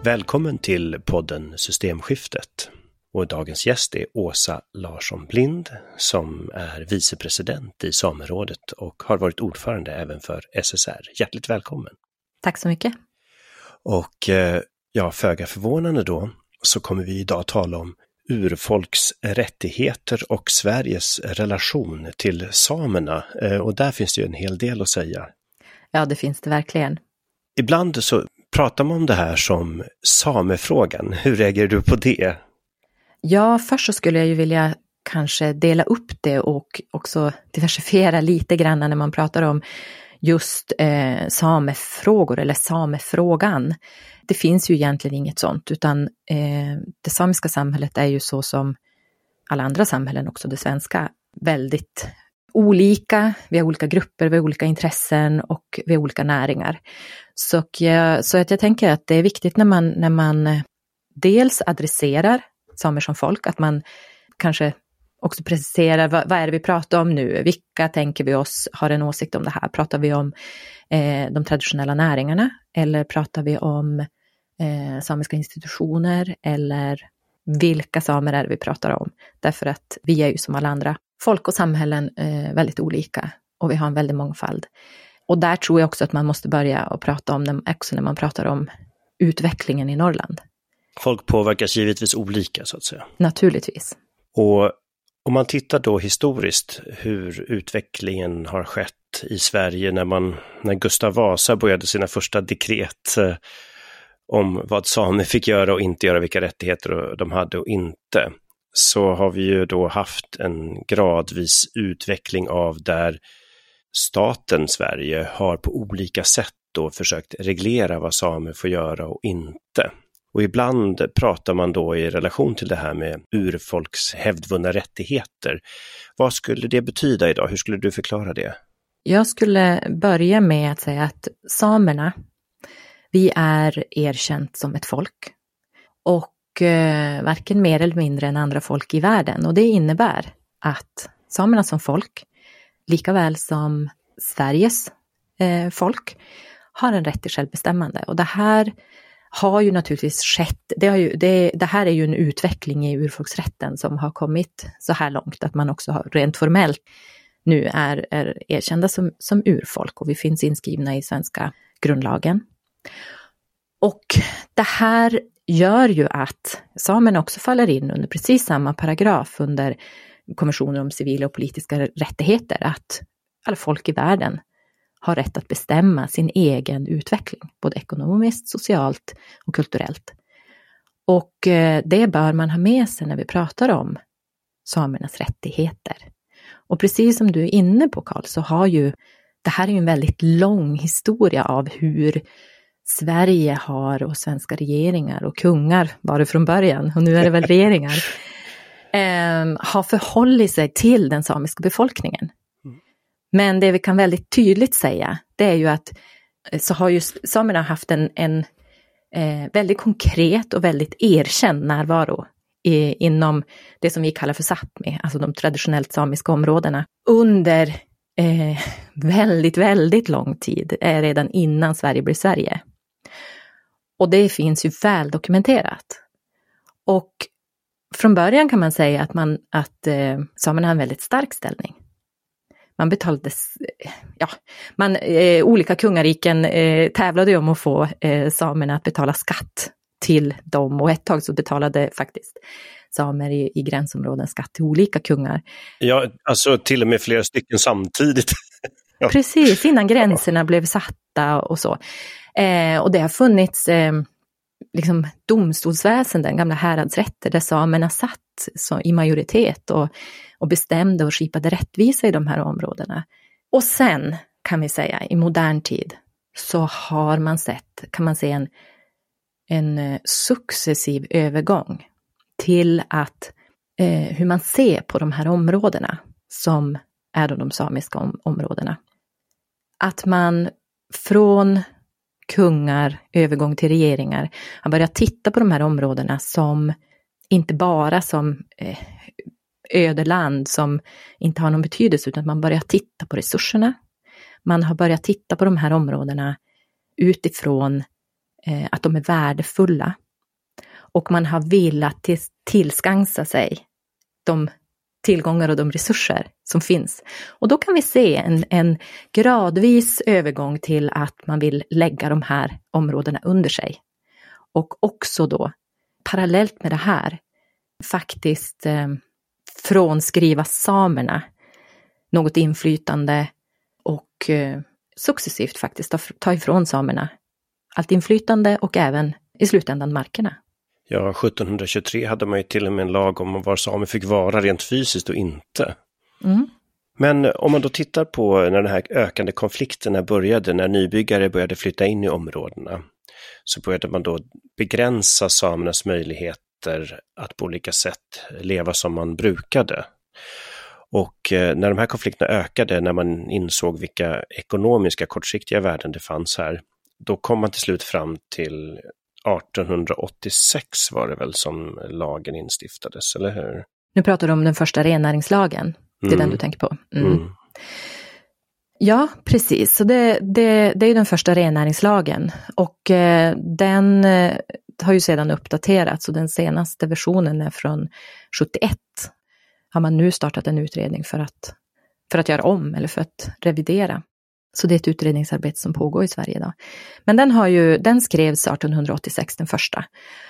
Välkommen till podden Systemskiftet. Och dagens gäst är Åsa Larsson Blind som är vicepresident i Samerådet och har varit ordförande även för SSR. Hjärtligt välkommen. Tack så mycket. Och föga förvånande då så kommer vi idag tala om urfolks rättigheter och Sveriges relation till samerna. Och där finns det ju en hel del att säga. Ja, det finns det verkligen. Ibland så pratar man om det här som samefrågan. Hur reagerar du på det? Ja, först så skulle jag ju vilja kanske dela upp det och också diversifiera lite grann när man pratar om just samefrågor eller samefrågan. Det finns ju egentligen inget sånt, utan det samiska samhället är ju så som alla andra samhällen, också det svenska, väldigt olika. Vi har olika grupper, vi har olika intressen och vi har olika näringar. Så att jag tänker att det är viktigt när man dels adresserar samer som folk, att man kanske också preciserar vad är det vi pratar om nu, vilka tänker vi oss har en åsikt om det här. Pratar vi om de traditionella näringarna eller pratar vi om samiska institutioner eller vilka samer är det vi pratar om? Därför att vi är ju som alla andra folk och samhällen väldigt olika och vi har en väldig mångfald. Och där tror jag också att man måste börja och prata om dem också när man pratar om utvecklingen i Norrland. Folk påverkas givetvis olika så att säga. Naturligtvis. Och om man tittar då historiskt hur utvecklingen har skett i Sverige när Gustav Vasa började sina första dekret om vad samer fick göra och inte göra, vilka rättigheter de hade och inte, så har vi ju då haft en gradvis utveckling av där staten Sverige har på olika sätt då försökt reglera vad samer får göra och inte. Och ibland pratar man då i relation till det här med urfolks hävdvunna rättigheter. Vad skulle det betyda idag? Hur skulle du förklara det? Jag skulle börja med att säga att samerna, vi är erkänt som ett folk. Och varken mer eller mindre än andra folk i världen. Och det innebär att samerna som folk, lika väl som Sveriges folk, har en rätt till självbestämmande. Och det här har ju naturligtvis skett, det här är ju en utveckling i urfolksrätten som har kommit så här långt att man också har rent formellt nu är erkända som urfolk och vi finns inskrivna i svenska grundlagen. Och det här gör ju att samerna också faller in under precis samma paragraf under konventionen om civila och politiska rättigheter, att alla folk i världen har rätt att bestämma sin egen utveckling, både ekonomiskt, socialt och kulturellt. Och det bör man ha med sig när vi pratar om samernas rättigheter. Och precis som du är inne på, Carl, så har ju det här är ju en väldigt lång historia av hur Sverige har och svenska regeringar och kungar var det från början, och nu är det väl regeringar, har förhållit sig till den samiska befolkningen. Men det vi kan väldigt tydligt säga, det är ju att så har ju samerna haft en väldigt konkret och väldigt erkänd närvaro inom det som vi kallar för Sápmi, alltså de traditionellt samiska områdena, under väldigt, väldigt lång tid, redan innan Sverige blev Sverige. Och det finns ju väl dokumenterat. Och från början kan man säga att samerna har en väldigt stark ställning. Man betalade, olika kungariken tävlade om att få samerna att betala skatt till dem. Och ett tag så betalade faktiskt samer i gränsområden skatt till olika kungar. Ja, alltså till och med flera stycken samtidigt. Ja. Precis, innan gränserna blev satta och så. Och det har funnits liksom domstolsväsenden, gamla häradsrätter, där samerna satt i majoritet och bestämde och skipade rättvisa i de här områdena. Och sen kan vi säga i modern tid så har man kan man se en successiv övergång till att hur man ser på de här områdena som är de samiska områdena. Att man från kungar, övergång till regeringar, har börjat titta på de här områdena som inte bara som ödeland som inte har någon betydelse, utan man börjar titta på resurserna. Man har börjat titta på de här områdena utifrån att de är värdefulla. Och man har velat tillskansa sig de tillgångar och de resurser som finns. Och då kan vi se en gradvis övergång till att man vill lägga de här områdena under sig. Och också då, parallellt med det här, faktiskt frånskriva samerna något inflytande och successivt faktiskt ta ifrån samerna allt inflytande och även i slutändan markerna. Ja, 1723 hade man ju till och med en lag om var samer fick vara rent fysiskt och inte. Mm. Men om man då tittar på när de här ökande konflikterna började, när nybyggare började flytta in i områdena, så började man då begränsa samernas möjligheter att på olika sätt leva som man brukade. Och när de här konflikterna ökade, när man insåg vilka ekonomiska kortsiktiga värden det fanns här, då kom man till slut fram till 1886 var det väl som lagen instiftades, eller hur? Nu pratar du om den första rennäringslagen. Det är den du tänker på. Ja, precis. Så det är ju den första rennäringslagen. Och den har ju sedan uppdaterats. Och den senaste versionen är från 71. Har man nu startat en utredning för att göra om eller för att revidera. Så det är ett utredningsarbete som pågår i Sverige idag. Men den skrevs 1886, den första.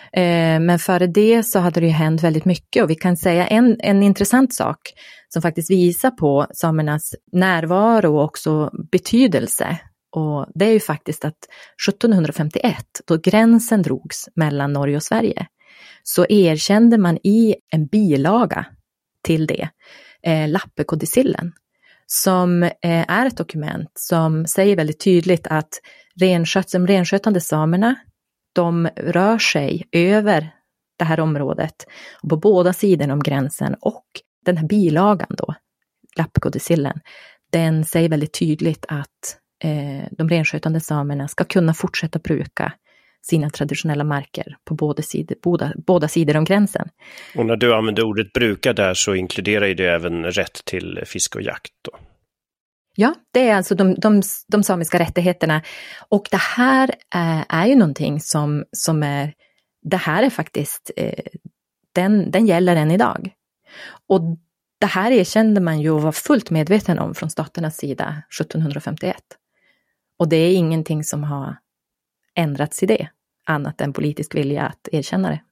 Men före det så hade det ju hänt väldigt mycket. Och vi kan säga en intressant sak som faktiskt visar på samernas närvaro och också betydelse. Och det är ju faktiskt att 1751, då gränsen drogs mellan Norge och Sverige, så erkände man i en bilaga till det Lappekodicillen, som är ett dokument som säger väldigt tydligt att renskötande samerna, de rör sig över det här området på båda sidor om gränsen, och den här bilagan då, Lappekodicillen, den säger väldigt tydligt att de renskötande samerna ska kunna fortsätta bruka sina traditionella marker på båda sidor om gränsen. Och när du använder ordet bruka där så inkluderar ju det även rätt till fiske och jakt då? Ja, det är alltså de samiska rättigheterna. Och det här är ju någonting som är, det här är faktiskt, den gäller än idag. Och det här erkände man ju och var fullt medveten om från staternas sida 1751. Och det är ingenting som har ändrats i det, annat än politisk vilja att erkänna det.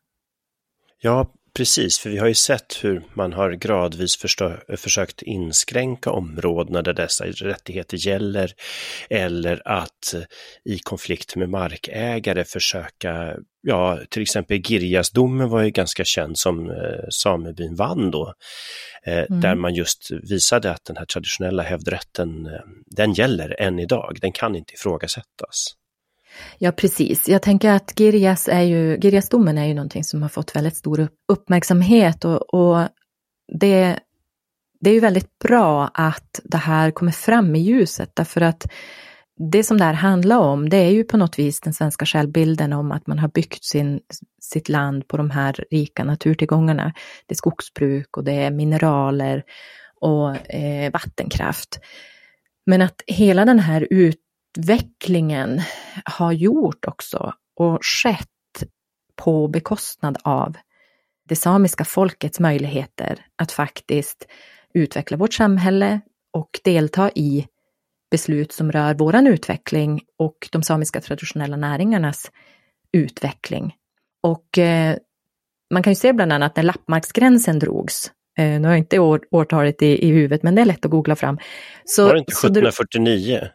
Ja, precis, för vi har ju sett hur man har gradvis försökt inskränka områdena där dessa rättigheter gäller, eller att i konflikt med markägare försöka, ja, till exempel Girjasdomen var ju ganska känd som samebyn vann då, där man just visade att den här traditionella hävdrätten, den gäller än idag, den kan inte ifrågasättas. Ja, precis. Jag tänker att Girjasdomen är ju någonting som har fått väldigt stor uppmärksamhet och det är ju väldigt bra att det här kommer fram i ljuset, därför att det som det här handlar om, det är ju på något vis den svenska självbilden om att man har byggt sitt land på de här rika naturtillgångarna. Det är skogsbruk och det är mineraler och vattenkraft. Men att hela den här utvecklingen har gjort också och skett på bekostnad av det samiska folkets möjligheter att faktiskt utveckla vårt samhälle och delta i beslut som rör våran utveckling och de samiska traditionella näringarnas utveckling. Och man kan ju se bland annat när lappmarksgränsen drogs. Nu har jag inte årtalet i huvudet, men det är lätt att googla fram. Var det inte 1749?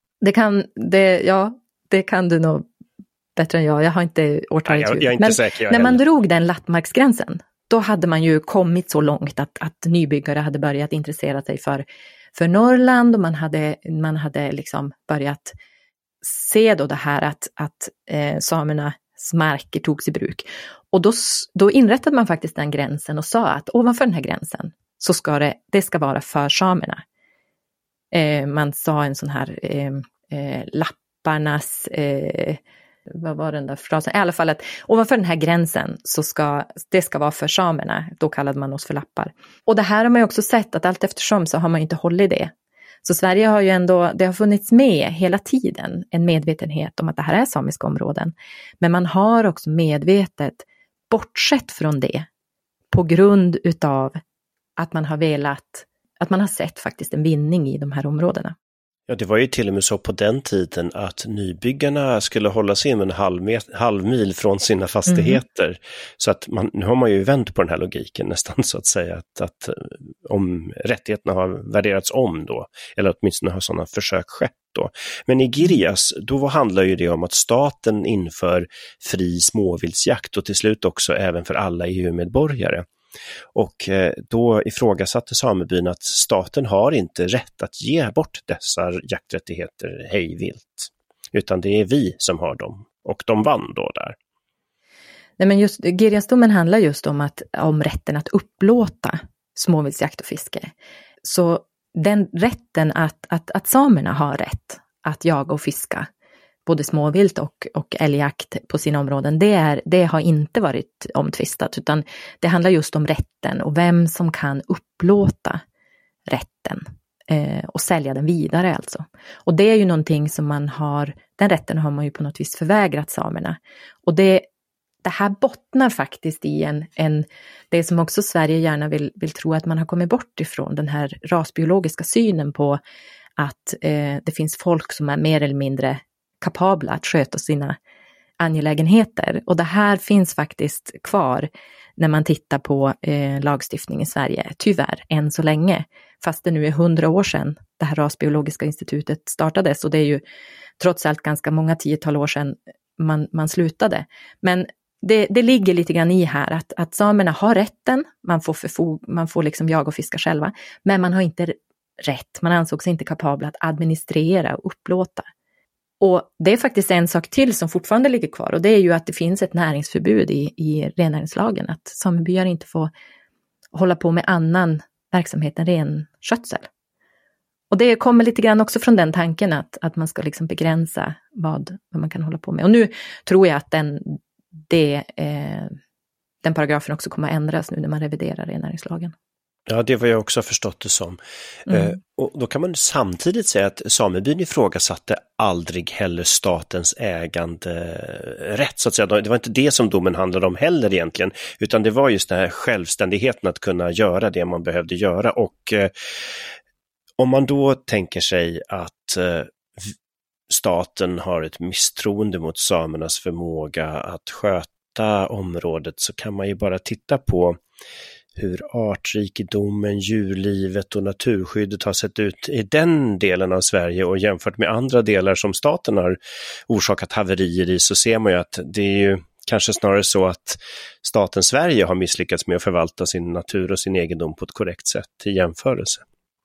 Det kan du nog bättre än jag. Jag har inte årtalet i huvudet. Jag är inte säker. När man drog den lappmarksgränsen, då hade man ju kommit så långt att nybyggare hade börjat intressera sig för Norrland, och man hade liksom börjat se då det här att samernas marker togs i bruk. Och då inrättade man faktiskt den gränsen och sa att ovanför den här gränsen så ska det ska vara för samerna. Man sa en sån här lapparnas, vad var den där frasen? I alla fall att ovanför den här gränsen så det ska vara för samerna. Då kallade man oss för lappar. Och det här har man ju också sett att allt eftersom så har man inte hållit det. Så Sverige har ju ändå, det har funnits med hela tiden en medvetenhet om att det här är samiska områden. Men man har också medvetet bortsett från det på grund utav att man har att man har sett faktiskt en vinning i de här områdena. Ja, det var ju till och med så på den tiden att nybyggarna skulle hålla sig inom en halv mil från sina fastigheter. Så att nu har man ju vänt på den här logiken nästan, så att säga, att om rättigheterna har värderats om då, eller åtminstone har sådana försök skett då. Men i Girjas, då handlar ju det om att staten inför fri småviltsjakt och till slut också även för alla EU-medborgare. Och då ifrågasatte samebyn att staten har inte rätt att ge bort dessa jakträttigheter hejvilt, utan det är vi som har dem. Och de vann då där. Nej, men just Girjasdomen handlar just om rätten att upplåta småviltsjakt och fiske. Så den rätten att samerna har rätt att jaga och fiska både småvilt och älgjakt på sina områden, det har inte varit omtvistat, utan det handlar just om rätten och vem som kan upplåta rätten och sälja den vidare alltså. Och det är ju någonting som den rätten har man ju på något vis förvägrat samerna. Och det här bottnar faktiskt i det som också Sverige gärna vill tro att man har kommit bort ifrån, den här rasbiologiska synen på att det finns folk som är mer eller mindre kapabla att sköta sina angelägenheter. Och det här finns faktiskt kvar när man tittar på lagstiftning i Sverige, tyvärr, än så länge. Fast det nu är 100 år sedan det här rasbiologiska institutet startades, och det är ju trots allt ganska många 10-tal år sedan man slutade. Men det ligger lite grann i här att samerna har rätten, man får liksom jaga och fiska själva, men man har inte rätt, man ansågs inte kapabla att administrera och upplåta. Och det är faktiskt en sak till som fortfarande ligger kvar, och det är ju att det finns ett näringsförbud i rennäringslagen, att samebyar inte får hålla på med annan verksamhet än renskötsel. Och det kommer lite grann också från den tanken att man ska liksom begränsa vad man kan hålla på med. Och nu tror jag att den paragrafen också kommer att ändras nu när man reviderar rennäringslagen. Ja, det var jag också förstått det som. Och då kan man samtidigt säga att samebyn ifrågasatte aldrig heller statens äganderätt, så att säga. Det var inte det som domen handlade om heller egentligen, utan det var just den här självständigheten att kunna göra det man behövde göra. Och om man då tänker sig att staten har ett misstroende mot samernas förmåga att sköta området, så kan man ju bara titta på hur artrikedomen, djurlivet och naturskyddet har sett ut i den delen av Sverige och jämfört med andra delar som staten har orsakat haverier i, så ser man ju att det är ju kanske snarare så att staten Sverige har misslyckats med att förvalta sin natur och sin egendom på ett korrekt sätt i jämförelse.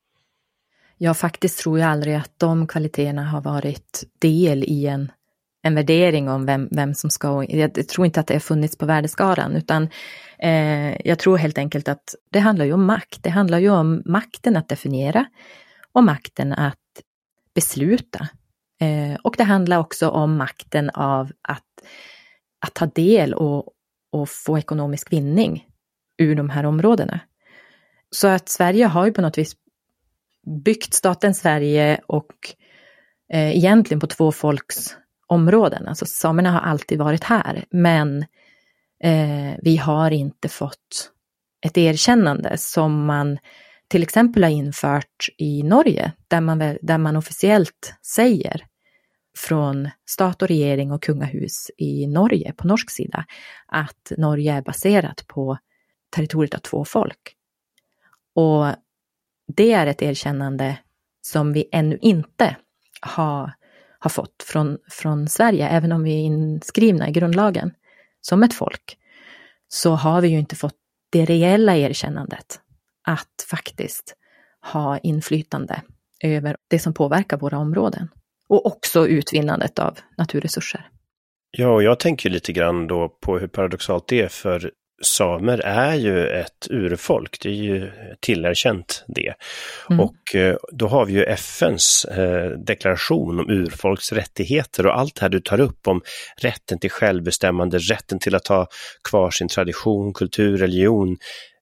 Jag faktiskt tror jag aldrig att de kvaliteterna har varit del i en värdering om vem som ska. Jag tror inte att det har funnits på värdeskaran, utan jag tror helt enkelt att det handlar ju om makt. Det handlar ju om makten att definiera och makten att besluta. Och det handlar också om makten av att ta del och få ekonomisk vinning ur de här områdena. Så att Sverige har ju på något vis byggt staten Sverige och egentligen på två folks områden. Alltså samerna har alltid varit här, men vi har inte fått ett erkännande som man till exempel har infört i Norge, där man officiellt säger från stat och regering och kungahus i Norge, på norsk sida, att Norge är baserat på territoriet av två folk. Och det är ett erkännande som vi ännu inte har fått från Sverige, även om vi är inskrivna i grundlagen som ett folk, så har vi ju inte fått det reella erkännandet att faktiskt ha inflytande över det som påverkar våra områden och också utvinnandet av naturresurser. Ja, och jag tänker lite grann då på hur paradoxalt det är, för samer är ju ett urfolk, det är ju tillerkänt det. Och då har vi ju FNs deklaration om urfolks rättigheter, och allt det här du tar upp om rätten till självbestämmande, rätten till att ha kvar sin tradition, kultur, religion,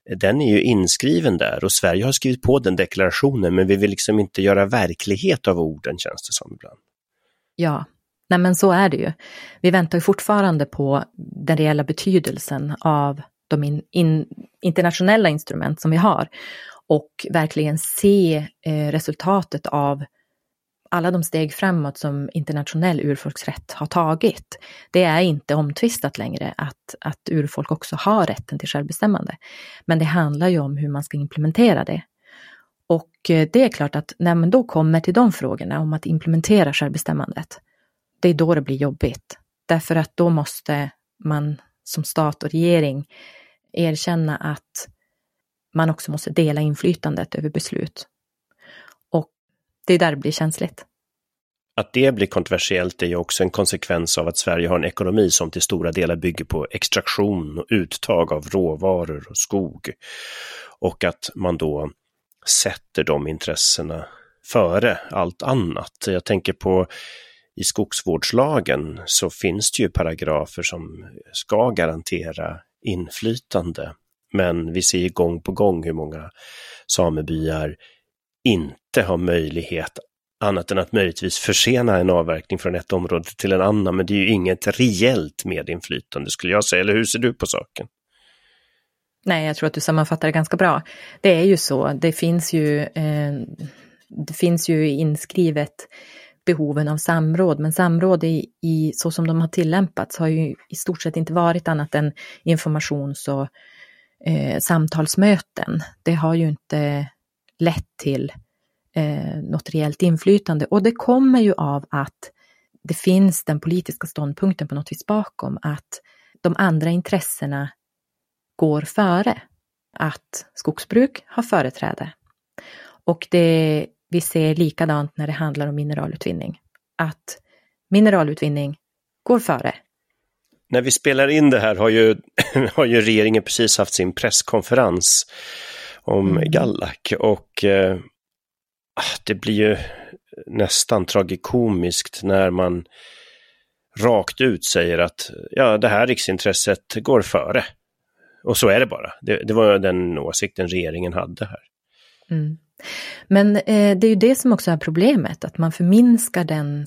den är ju inskriven där och Sverige har skrivit på den deklarationen, men vi vill liksom inte göra verklighet av orden, känns det som ibland. Ja, nej men så är det ju. Vi väntar ju fortfarande på den reella betydelsen av de internationella instrument som vi har och verkligen se resultatet av alla de steg framåt som internationell urfolksrätt har tagit. Det är inte omtvistat längre att urfolk också har rätten till självbestämmande. Men det handlar ju om hur man ska implementera det. Och det är klart att när man då kommer till de frågorna om att implementera självbestämmandet, det är då det blir jobbigt. Därför att då måste man som stat och regering erkänna att man också måste dela inflytandet över beslut. Och det är där det blir känsligt. Att det blir kontroversiellt är ju också en konsekvens av att Sverige har en ekonomi som till stora delar bygger på extraktion och uttag av råvaror och skog. Och att man då sätter de intressena före allt annat. Jag tänker på i skogsvårdslagen så finns det ju paragrafer som ska garantera inflytande. Men vi ser ju gång på gång hur många samebyar inte har möjlighet annat än att möjligtvis försena en avverkning från ett område till en annan. Men det är ju inget reellt medinflytande skulle jag säga. Eller hur ser du på saken? Nej, jag tror att du sammanfattar det ganska bra. Det är ju så. Det finns ju inskrivet behoven av samråd. Men samråd så som de har tillämpats har ju i stort sett inte varit annat än informations- och samtalsmöten. Det har ju inte lett till något reellt inflytande. Och det kommer ju av att det finns den politiska ståndpunkten på något vis bakom. Att de andra intressena går före. Att skogsbruk har företräde. Och vi ser likadant när det handlar om mineralutvinning. Att mineralutvinning går före. När vi spelar in det här har ju regeringen precis haft sin presskonferens om Gállok och det blir ju nästan tragikomiskt när man rakt ut säger att ja, det här riksintresset går före. Och så är det bara. Det var den åsikten regeringen hade här. Mm. Men det är ju det som också är problemet, att man förminskar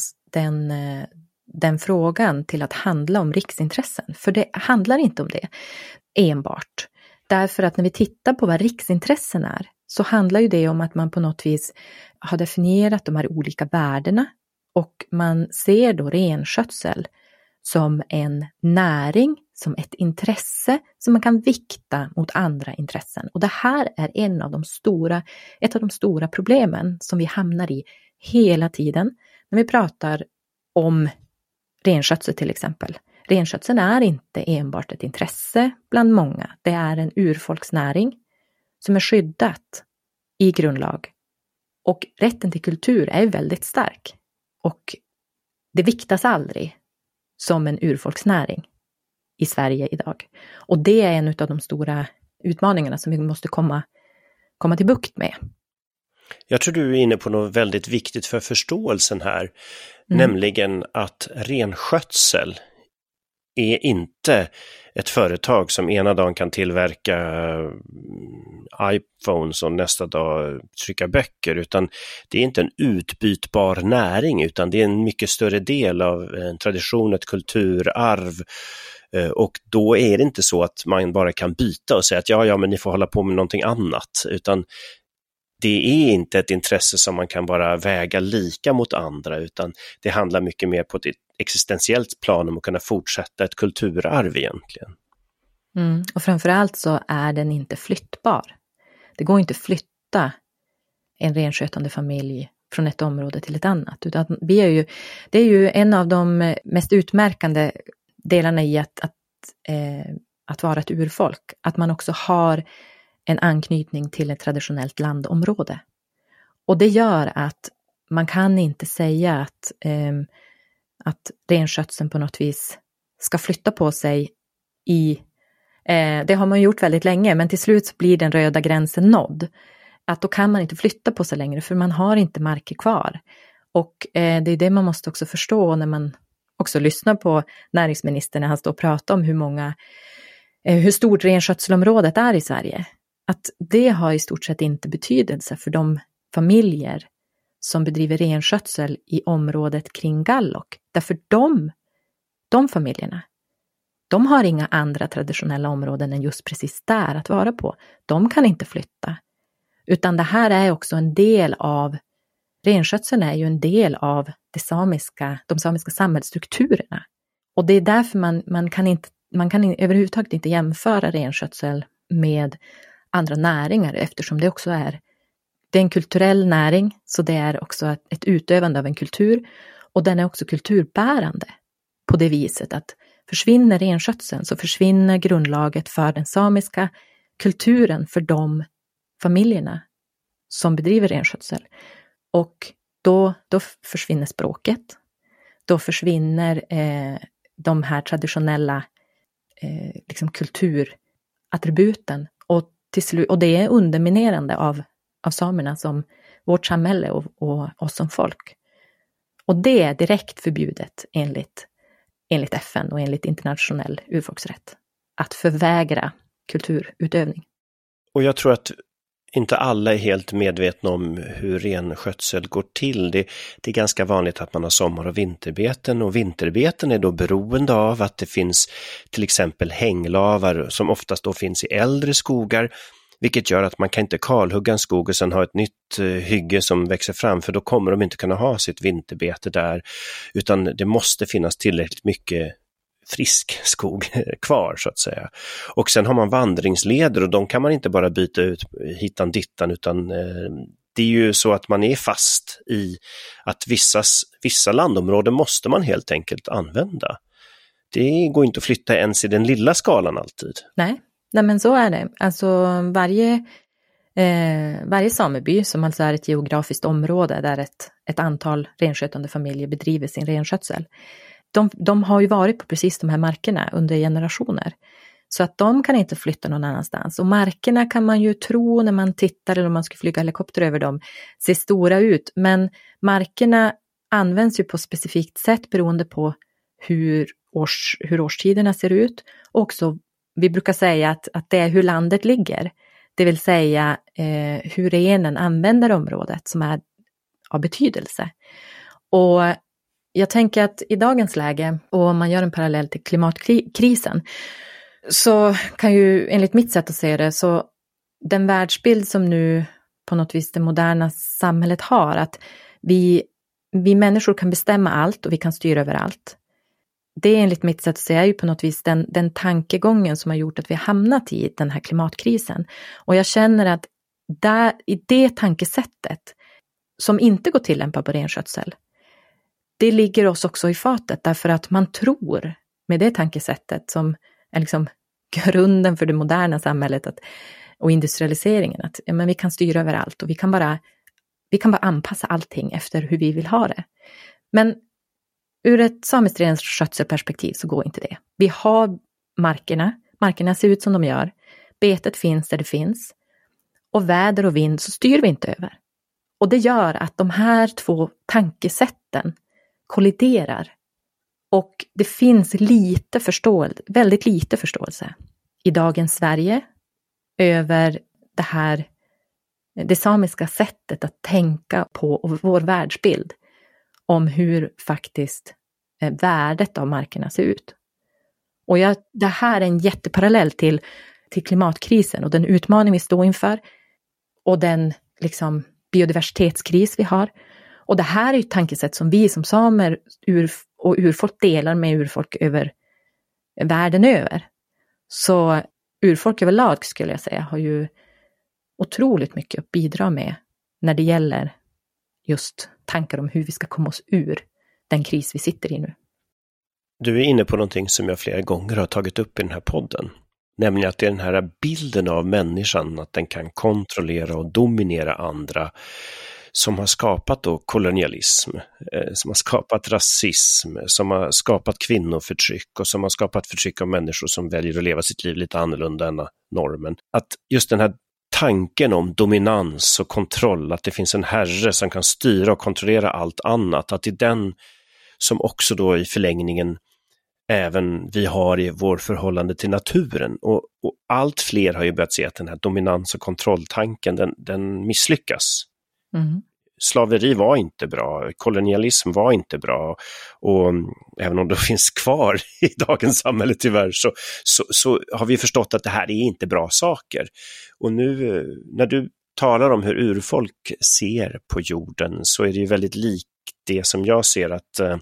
den frågan till att handla om riksintressen. För det handlar inte om det enbart. Därför att när vi tittar på vad riksintressen är så handlar ju det om att man på något vis har definierat de här olika värdena och man ser då renskötsel som en näring, som ett intresse som man kan vikta mot andra intressen. Och det här är ett av de stora problemen som vi hamnar i hela tiden när vi pratar om renskötsel till exempel. Renskötseln är inte enbart ett intresse bland många. Det är en urfolksnäring som är skyddat i grundlag. Och rätten till kultur är väldigt stark. Och det viktas aldrig som en urfolksnäring i Sverige idag. Och det är en av de stora utmaningarna som vi måste komma till bukt med. Jag tror du är inne på något väldigt viktigt för förståelsen här. Nämligen att renskötsel är inte ett företag som ena dagen kan tillverka iPhones och nästa dag trycka böcker, utan det är inte en utbytbar näring utan det är en mycket större del av en tradition, ett kulturarv. Och då är det inte så att man bara kan byta och säga att ja men ni får hålla på med någonting annat, utan det är inte ett intresse som man kan bara väga lika mot andra, utan det handlar mycket mer på ett existentiellt plan om att kunna fortsätta ett kulturarv egentligen. Och framförallt så är den inte flyttbar. Det går inte att flytta en renskötande familj från ett område till ett annat. Utan det är ju en av de mest utmärkande delarna i att vara ett urfolk. Att man också har en anknytning till ett traditionellt landområde. Och det gör att man kan inte säga att renskötseln på något vis ska flytta på sig det har man gjort väldigt länge, men till slut så blir den röda gränsen nådd. Att då kan man inte flytta på sig längre för man har inte marker kvar. Och det är det man måste också förstå när man också lyssnar på näringsministern när han står och pratar om hur stort renskötselområdet är i Sverige. att det har i stort sett inte betydelse för de familjer som bedriver renskötsel i området kring Gállok. Därför de familjerna, de har inga andra traditionella områden än just precis där att vara på. De kan inte flytta. Utan det här är också en del av, renskötseln är ju en del av de samiska samhällsstrukturerna. Och det är därför man kan överhuvudtaget inte jämföra renskötsel med andra näringar, eftersom det också är en kulturell näring, så det är också ett utövande av en kultur, och den är också kulturbärande på det viset att försvinner renskötseln så försvinner grundlaget för den samiska kulturen för de familjerna som bedriver renskötsel. Och då försvinner språket, då försvinner de här traditionella liksom kulturattributen, och det är underminerande av samerna som vårt samhälle och oss som folk. Och det är direkt förbjudet enligt FN och enligt internationell urfolksrätt att förvägra kulturutövning. Och jag tror att inte alla är helt medvetna om hur renskötsel går till. Det är ganska vanligt att man har sommar- och vinterbeten, och vinterbeten är då beroende av att det finns till exempel hänglavar som oftast då finns i äldre skogar, vilket gör att man kan inte kalhugga en skog och sen ha ett nytt hygge som växer fram, för då kommer de inte kunna ha sitt vinterbete där, utan det måste finnas tillräckligt mycket frisk skog kvar så att säga. Och sen har man vandringsleder, och de kan man inte bara byta ut hitan dittan, utan det är ju så att man är fast i att vissa landområden måste man helt enkelt använda. Det går inte att flytta ens i den lilla skalan alltid. Nej, men så är det. Alltså varje sameby, som alltså är ett geografiskt område där ett antal renskötande familjer bedriver sin renskötsel, de har ju varit på precis de här markerna under generationer. Så att de kan inte flytta någon annanstans. Och markerna kan man ju tro när man tittar, eller om man ska flyga helikopter över dem, ser stora ut. Men markerna används ju på ett specifikt sätt beroende på hur årstiderna ser ut. Och också, vi brukar säga att det är hur landet ligger. Det vill säga hur renen använder området som är av betydelse. Och jag tänker att i dagens läge, och om man gör en parallell till klimatkrisen, så kan ju enligt mitt sätt att se det, så den världsbild som nu på något vis det moderna samhället har, att vi människor kan bestämma allt och vi kan styra över allt. Det är enligt mitt sätt att se är ju på något vis den tankegången som har gjort att vi har hamnat i den här klimatkrisen. Och jag känner att i det tankesättet som inte går tillämpa på renskötsel, det ligger oss också i fatet, därför att man tror med det tankesättet som är liksom grunden för det moderna samhället och industrialiseringen, att men vi kan styra över allt och vi kan bara anpassa allting efter hur vi vill ha det. Men ur ett samiskt renskötselperspektiv så går inte det. Vi har markerna ser ut som de gör, betet finns där det finns, och väder och vind så styr vi inte över. Och det gör att de här två tankesätten kolliderar. Och det finns väldigt lite förståelse i dagens Sverige över det samiska sättet att tänka på, och vår världsbild om hur faktiskt värdet av markerna ser ut. Och det här är en jätteparallell till klimatkrisen och den utmaning vi står inför, och den liksom biodiversitetskris vi har. Och det här är ju ett tankesätt som vi som samer och urfolk delar med urfolk över världen över. Så urfolk överlag, skulle jag säga, har ju otroligt mycket att bidra med när det gäller just tankar om hur vi ska komma oss ur den kris vi sitter i nu. Du är inne på någonting som jag flera gånger har tagit upp i den här podden. Nämligen att det är den här bilden av människan, att den kan kontrollera och dominera andra, som har skapat då kolonialism, som har skapat rasism, som har skapat kvinnoförtryck och som har skapat förtryck av människor som väljer att leva sitt liv lite annorlunda än normen. Att just den här tanken om dominans och kontroll, att det finns en herre som kan styra och kontrollera allt annat, att det är den som också då i förlängningen även vi har i vår förhållande till naturen. Och allt fler har ju börjat se att den här dominans- och kontrolltanken, den misslyckas. Mm. Slaveri var inte bra, kolonialism var inte bra, och även om det finns kvar i dagens samhälle tyvärr så har vi förstått att det här är inte bra saker. Och nu när du talar om hur urfolk ser på jorden så är det ju väldigt likt det som jag ser, att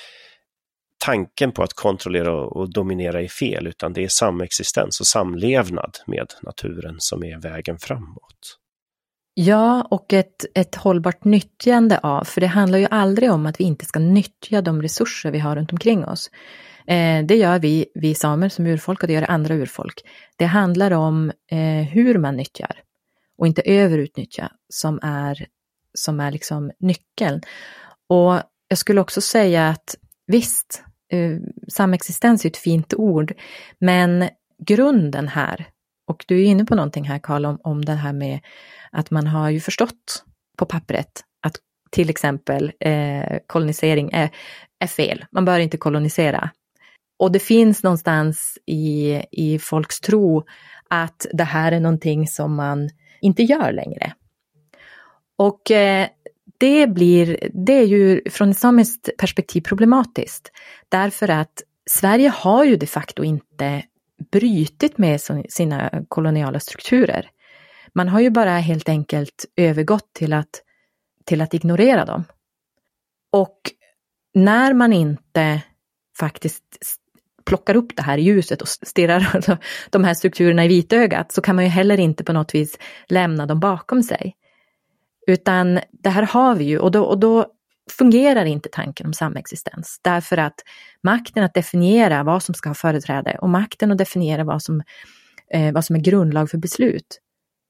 tanken på att kontrollera och dominera är fel, utan det är samexistens och samlevnad med naturen som är vägen framåt. Ja, och ett hållbart nyttjande av, för det handlar ju aldrig om att vi inte ska nyttja de resurser vi har runt omkring oss. Det gör vi samer som urfolk, och det gör andra urfolk. Det handlar om hur man nyttjar och inte överutnyttja som är liksom nyckeln. Och jag skulle också säga att visst, samexistens är ett fint ord, men grunden här, och du är inne på någonting här Carl om det här med att man har ju förstått på pappret att till exempel kolonisering är fel. Man bör inte kolonisera. Och det finns någonstans i folks tro att det här är någonting som man inte gör längre. Och det är ju från ett samiskt perspektiv problematiskt. Därför att Sverige har ju de facto inte brytit med sina koloniala strukturer. Man har ju bara helt enkelt övergått till att ignorera dem. Och när man inte faktiskt plockar upp det här i ljuset och stirrar de här strukturerna i vitögat, så kan man ju heller inte på något vis lämna dem bakom sig. Utan det här har vi ju, och då fungerar inte tanken om samexistens. Därför att makten att definiera vad som ska ha företräde och makten att definiera vad som är grundlag för beslut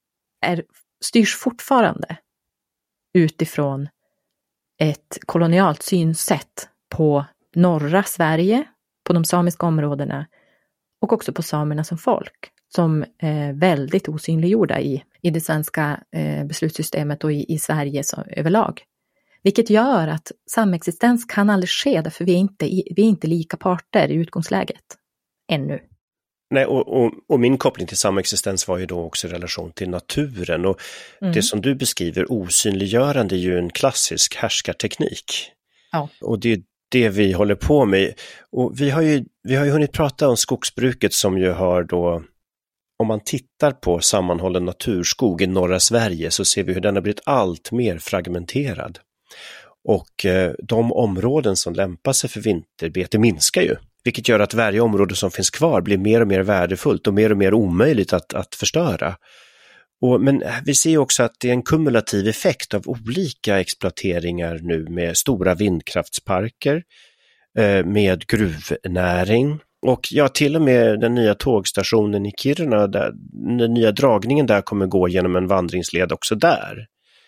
styrs fortfarande utifrån ett kolonialt synsätt på norra Sverige, på de samiska områdena och också på samerna som folk, som är väldigt osynliggjorda i det svenska beslutssystemet och i Sverige överlag. Vilket gör att samexistens kan aldrig ske, därför vi är inte lika parter i utgångsläget ännu. Nej, och min koppling till samexistens var ju då också i relation till naturen, och det som du beskriver, osynliggörande, är ju en klassisk härskarteknik. Ja. Och det är det vi håller på med. Och vi har ju hunnit prata om skogsbruket som ju har då, om man tittar på sammanhållen naturskog i norra Sverige så ser vi hur den har blivit allt mer fragmenterad. Och de områden som lämpar sig för vinterbete minskar ju. Vilket gör att varje område som finns kvar blir mer och mer värdefullt och mer omöjligt att förstöra. Men vi ser också att det är en kumulativ effekt av olika exploateringar nu, med stora vindkraftsparker, med gruvnäring och till och med den nya tågstationen i Kiruna, där den nya dragningen där kommer gå genom en vandringsled också där.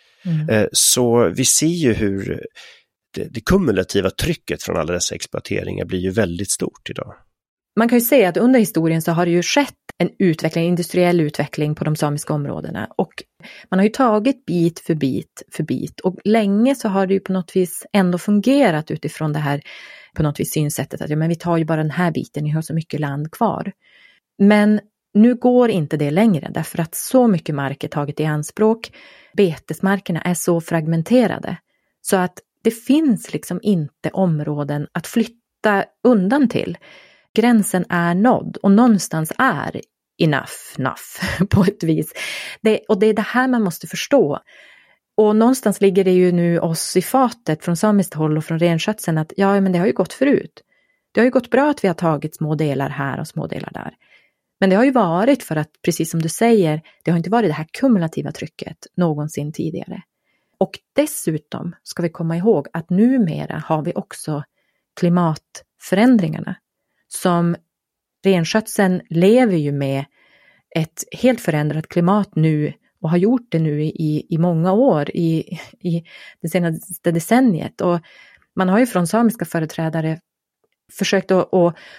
Så vi ser ju hur det kumulativa trycket från alla dessa exploateringar blir ju väldigt stort idag. Man kan ju säga att under historien så har det ju skett en industriell utveckling på de samiska områdena, och man har ju tagit bit för bit, och länge så har det ju på något vis ändå fungerat utifrån det här på något vis synsättet att men vi tar ju bara den här biten, ni har så mycket land kvar. Men nu går inte det längre, därför att så mycket mark är taget i anspråk, betesmarkerna är så fragmenterade så att det finns liksom inte områden att flytta undan till. Gränsen är nådd, och någonstans är enough på ett vis. Och det är det här man måste förstå. Och någonstans ligger det ju nu oss i fatet från samiskt håll och från renskötseln att men det har ju gått förut. Det har ju gått bra att vi har tagit små delar här och små delar där. Men det har ju varit för att, precis som du säger, det har inte varit det här kumulativa trycket någonsin tidigare. Och dessutom ska vi komma ihåg att numera har vi också klimatförändringarna. Som renskötseln lever ju med ett helt förändrat klimat nu, och har gjort det nu i många år, i det senaste decenniet. Och man har ju från samiska företrädare försökt att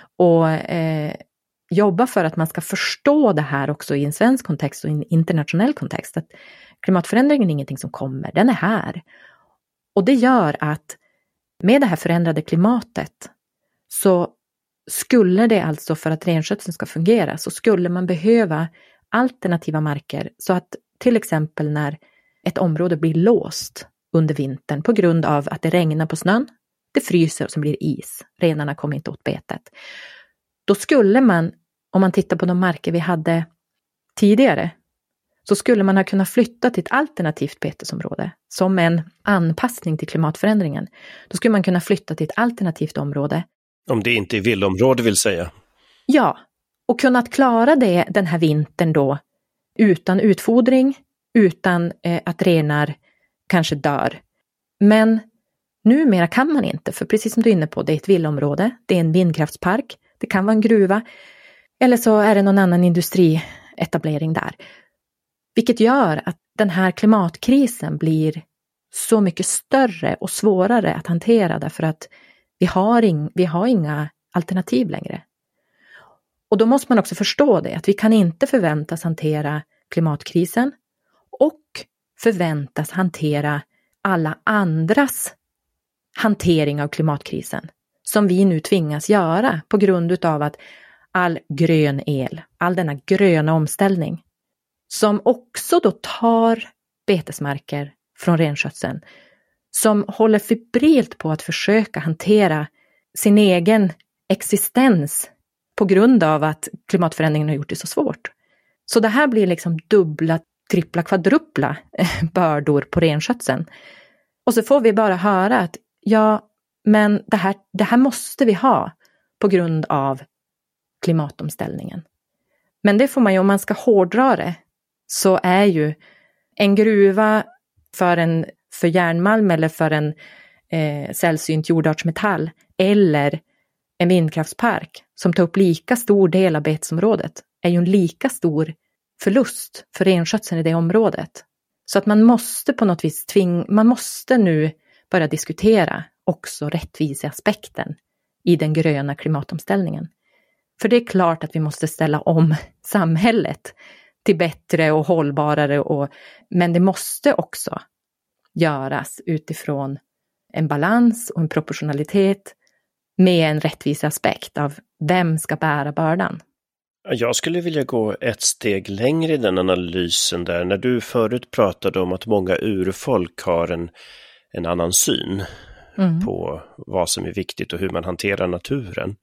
jobba för att man ska förstå det här också i en svensk kontext och i en internationell kontext. Att klimatförändringen är ingenting som kommer, den är här. Och det gör att med det här förändrade klimatet så skulle det alltså, för att renskötseln ska fungera, så skulle man behöva alternativa marker, så att till exempel när ett område blir låst under vintern på grund av att det regnar på snön, det fryser och så blir det is, renarna kommer inte åt betet. Då skulle man, om man tittar på de marker vi hade tidigare, så skulle man ha kunnat flytta till ett alternativt betesområde som en anpassning till klimatförändringen. Då skulle man kunna flytta till ett alternativt område. Om det inte är villområde vill säga. Ja, och kunnat klara det den här vintern då utan utfodring, utan att renar kanske dör. Men numera kan man inte, för precis som du är inne på, det är ett villområde, det är en vindkraftspark, det kan vara en gruva, eller så är det någon annan industrietablering där. Vilket gör att den här klimatkrisen blir så mycket större och svårare att hantera, därför att vi har inga alternativ längre. Och då måste man också förstå det, att vi kan inte förväntas hantera klimatkrisen och förväntas hantera alla andras hantering av klimatkrisen som vi nu tvingas göra på grund av att all grön el, all denna gröna omställning som också då tar betesmarker från renskötseln, som håller febrilt på att försöka hantera sin egen existens på grund av att klimatförändringen har gjort det så svårt. Så det här blir liksom dubbla, trippla, kvadrupla bördor på renskötseln. Och så får vi bara höra att ja, men det här måste vi ha på grund av klimatomställningen. Men det får man ju, om man ska hårdra det, så är ju en gruva för järnmalm eller för en sällsynt jordartsmetall eller en vindkraftspark som tar upp lika stor del av betesområdet är ju en lika stor förlust för renskötseln i det området. Så att man måste på något vis man måste nu börja diskutera också rättviseaspekten i den gröna klimatomställningen. För det är klart att vi måste ställa om samhället till bättre och hållbarare, men det måste också göras utifrån en balans och en proportionalitet med en rättviseaspekt av vem ska bära bördan. Jag skulle vilja gå ett steg längre i den analysen där. När du förut pratade om att många urfolk har en annan syn på vad som är viktigt och hur man hanterar naturen,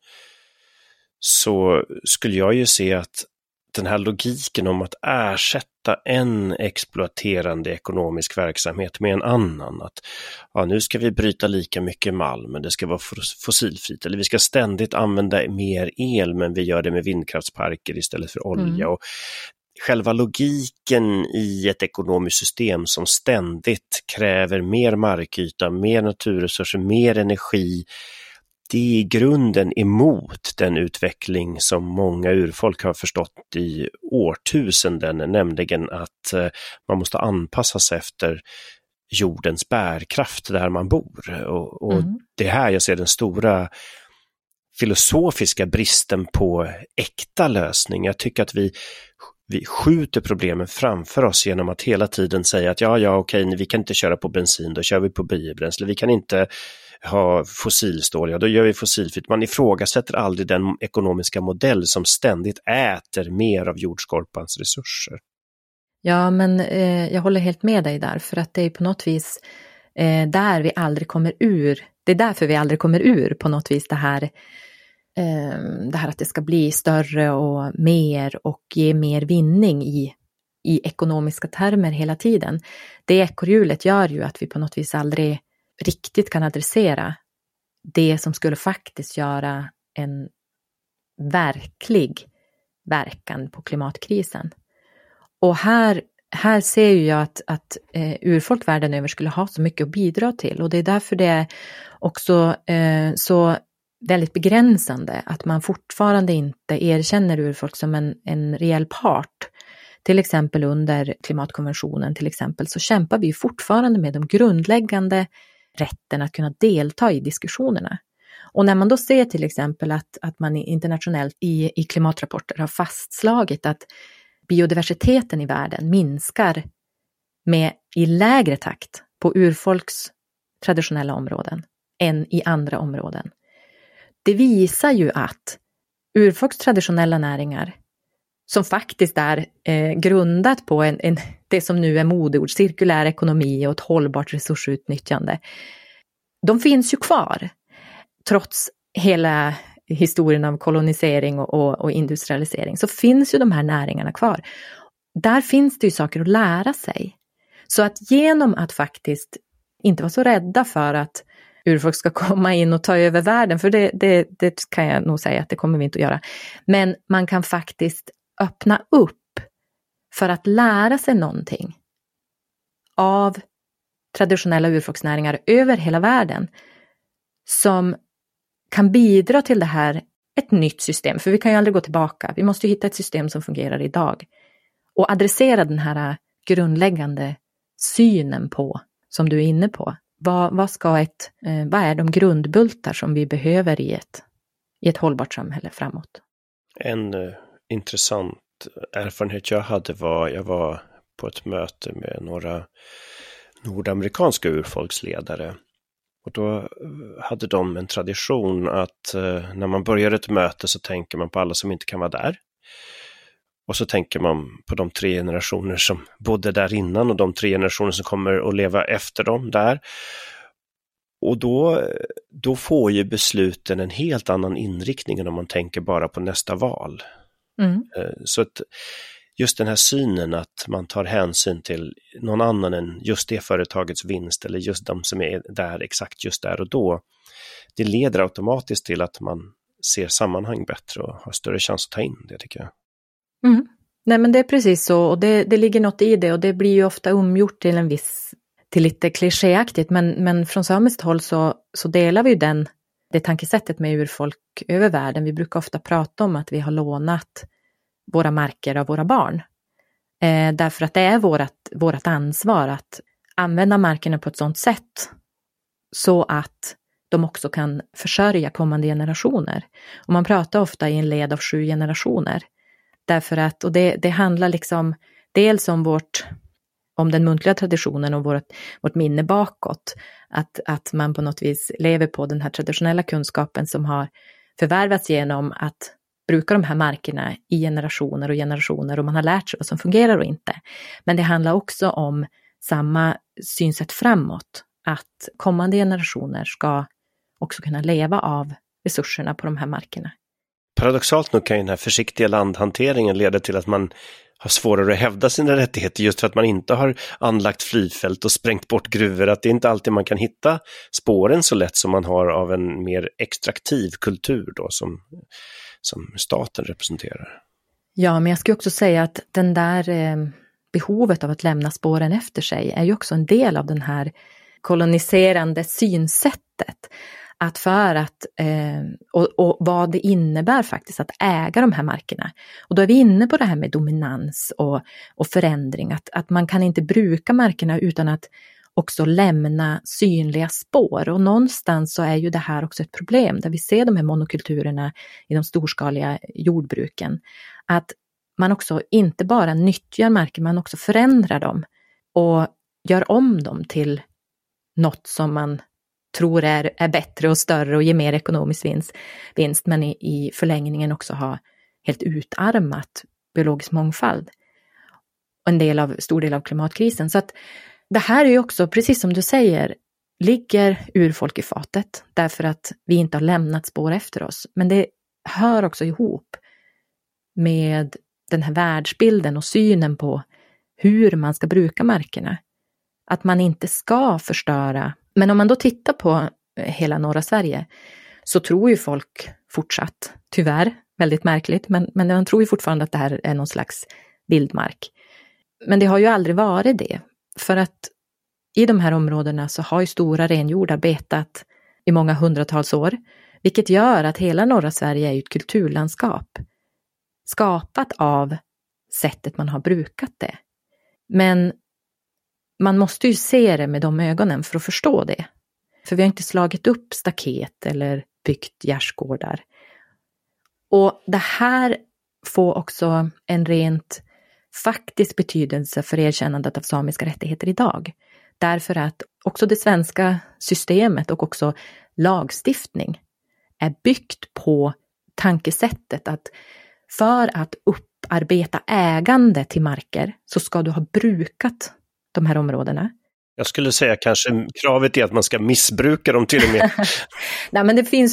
så skulle jag ju se att den här logiken om att ersätta en exploaterande ekonomisk verksamhet med en annan, att nu ska vi bryta lika mycket malm men det ska vara fossilfritt, eller vi ska ständigt använda mer el men vi gör det med vindkraftsparker istället för olja. Och själva logiken i ett ekonomiskt system som ständigt kräver mer markyta, mer naturresurser, mer energi, det är i grunden emot den utveckling som många urfolk har förstått i årtusenden, nämligen att man måste anpassa sig efter jordens bärkraft där man bor. Och det är här jag ser den stora filosofiska bristen på äkta lösning. Jag tycker att vi skjuter problemen framför oss genom att hela tiden säga att okej, vi kan inte köra på bensin, då kör vi på biobränsle. Vi kan inte ha fossilstål, då gör vi fossilfritt. Man ifrågasätter aldrig den ekonomiska modell som ständigt äter mer av jordskorpans resurser. Ja, men jag håller helt med dig där, för att det är på något vis där vi aldrig kommer ur. Det är därför vi aldrig kommer ur på något vis det här att det ska bli större och mer och ge mer vinning i ekonomiska termer hela tiden. Det ekorrhjulet gör ju att vi på något vis aldrig riktigt kan adressera det som skulle faktiskt göra en verklig verkan på klimatkrisen. Och här ser jag att urfolk världen över skulle ha så mycket att bidra till, och det är därför det är också så väldigt begränsande att man fortfarande inte erkänner urfolk som en reell part. Till exempel under klimatkonventionen till exempel, så kämpar vi fortfarande med de grundläggande rätten att kunna delta i diskussionerna. Och när man då ser till exempel att man internationellt i klimatrapporter har fastslagit att biodiversiteten i världen minskar i lägre takt på urfolks traditionella områden än i andra områden, det visar ju att urfolks traditionella näringar, som faktiskt är grundat på det som nu är modeord, cirkulär ekonomi och ett hållbart resursutnyttjande, de finns ju kvar trots hela historien av kolonisering och industrialisering, så finns ju de här näringarna kvar. Där finns det ju saker att lära sig. Så att genom att faktiskt inte vara så rädda för att urfolk ska komma in och ta över världen, för det kan jag nog säga att det kommer vi inte att göra. Men man kan faktiskt öppna upp för att lära sig någonting av traditionella urfolksnäringar över hela världen som kan bidra till det här, ett nytt system. För vi kan ju aldrig gå tillbaka. Vi måste ju hitta ett system som fungerar idag. Och adressera den här grundläggande synen på, som du är inne på. Vad är de grundbultar som vi behöver i ett hållbart samhälle framåt? En intressant erfarenhet jag hade jag var på ett möte med några nordamerikanska urfolksledare. Och då hade de en tradition att när man börjar ett möte så tänker man på alla som inte kan vara där. Och så tänker man på de 3 generationer som bodde där innan och de 3 generationer som kommer att leva efter dem där. Och då får ju besluten en helt annan inriktning än om man tänker bara på nästa val. Så att just den här synen att man tar hänsyn till någon annan än just det företagets vinst eller just de som är där exakt just där och då, det leder automatiskt till att man ser sammanhang bättre och har större chans att ta in det, tycker jag. Nej, men det är precis så, och det ligger något i det, och det blir ju ofta omgjort till lite klichéaktigt, men från samiskt håll så delar vi ju det tankesättet med urfolk över världen. Vi brukar ofta prata om att vi har lånat våra marker av våra barn. Därför att det är vårat ansvar att använda markerna på ett sådant sätt så att de också kan försörja kommande generationer. Och man pratar ofta i en led av 7 generationer. Därför att, och det handlar liksom dels om den muntliga traditionen och vårt minne bakåt. Att man på något vis lever på den här traditionella kunskapen som har förvärvats genom att bruka de här markerna i generationer och generationer, och man har lärt sig vad som fungerar och inte. Men det handlar också om samma synsätt framåt, att kommande generationer ska också kunna leva av resurserna på de här markerna. Paradoxalt nog kan ju den här försiktiga landhanteringen leda till att man har svårare att hävda sina rättigheter just för att man inte har anlagt flygfält och sprängt bort gruvor. Att det är inte alltid man kan hitta spåren så lätt som man har av en mer extraktiv kultur då som staten representerar. Ja, men jag skulle också säga att den där behovet av att lämna spåren efter sig är ju också en del av den här koloniserande synsättet. Att för att, och vad det innebär faktiskt att äga de här markerna. Och då är vi inne på det här med dominans och förändring. Att man kan inte bruka markerna utan att också lämna synliga spår. Och någonstans så är ju det här också ett problem där vi ser de här monokulturerna i de storskaliga jordbruken. Att man också inte bara nyttjar marker, man också förändrar dem och gör om dem till något som man tror är bättre och större och ger mer ekonomisk vinst, men i förlängningen också har helt utarmat biologisk mångfald. Och stor del av klimatkrisen. Så att det här är ju också, precis som du säger, ligger urfolk i fatet därför att vi inte har lämnat spår efter oss. Men det hör också ihop med den här världsbilden och synen på hur man ska bruka markerna. Att man inte ska förstöra. Men om man då tittar på hela norra Sverige så tror ju folk fortsatt, tyvärr, väldigt märkligt, men man tror ju fortfarande att det här är någon slags vildmark. Men det har ju aldrig varit det. För att i de här områdena så har ju stora renjordar betat i många hundratals år. Vilket gör att hela norra Sverige är ett kulturlandskap. Skapat av sättet man har brukat det. Men man måste ju se det med de ögonen för att förstå det. För vi har inte slagit upp staket eller byggt gärdsgårdar. Och det här får också en rent faktisk betydelse för erkännandet av samiska rättigheter idag. Därför att också det svenska systemet och också lagstiftning är byggt på tankesättet att för att upparbeta ägande till marker så ska du ha brukat de här områdena. Jag skulle säga kanske kravet är att man ska missbruka dem till och med. Nej, men det finns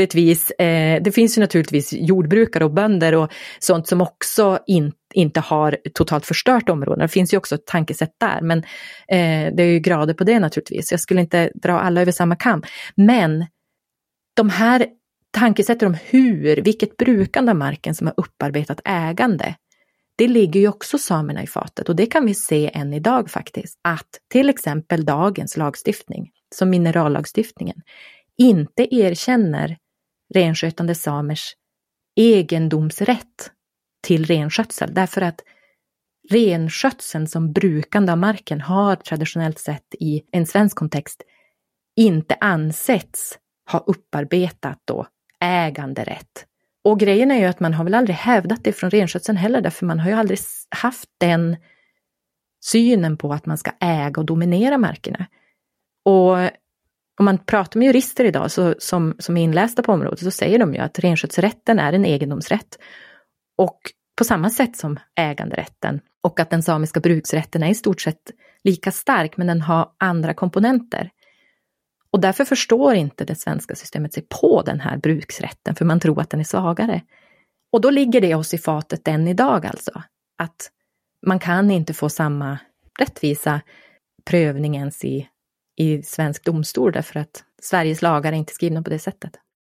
ju naturligtvis jordbrukare och bönder och sånt som också inte har totalt förstört områden. Det finns ju också ett tankesätt där, men det är ju grader på det naturligtvis. Jag skulle inte dra alla över samma kam. Men de här tankesätten om vilket brukande av marken som har upparbetat ägande, det ligger ju också samerna i fatet, och det kan vi se än idag faktiskt, att till exempel dagens lagstiftning, som minerallagstiftningen, inte erkänner renskötande samers egendomsrätt till renskötsel, därför att renskötseln som brukande av marken har traditionellt sett i en svensk kontext inte ansetts ha upparbetat då äganderätt. Och grejen är ju att man har väl aldrig hävdat det från renskötseln heller, därför man har ju aldrig haft den synen på att man ska äga och dominera markerna. Och om man pratar med jurister idag som är inlästa på området, så säger de ju att renskötselrätten är en egendomsrätt. Och på samma sätt som äganderätten, och att den samiska bruksrätten är i stort sett lika stark, men den har andra komponenter. Och därför förstår inte det svenska systemet sig på den här bruksrätten, för man tror att den är svagare. Och då ligger det oss i fatet än idag alltså. Att man kan inte få samma rättvisa prövning ens i svensk domstol, därför att Sveriges lagar är inte skrivna på det sättet.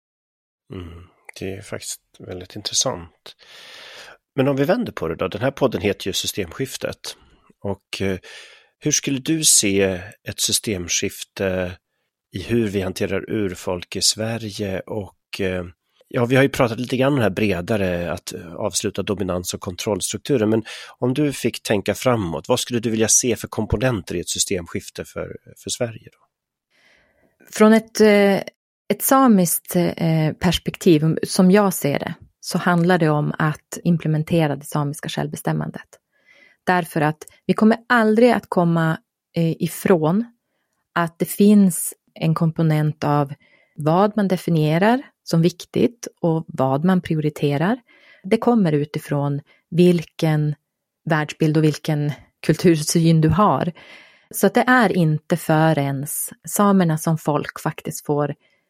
Det är faktiskt väldigt intressant. Men om vi vänder på det då, den här podden heter ju Systemskiftet. Och hur skulle du se ett systemskifte i hur vi hanterar urfolk i Sverige? Och vi har ju pratat lite grann om det här bredare, att avsluta dominans- och kontrollstrukturen, men om du fick tänka framåt, vad skulle du vilja se för komponenter i ett systemskifte för Sverige då? Från ett samiskt perspektiv, som jag ser det, så handlar det om att implementera det samiska självbestämmandet. Därför att vi kommer aldrig att komma ifrån att det finns en komponent av vad man definierar som viktigt och vad man prioriterar. Det kommer utifrån vilken världsbild och vilken kultursyn du har. Så att det är inte förrän samerna som folk faktiskt får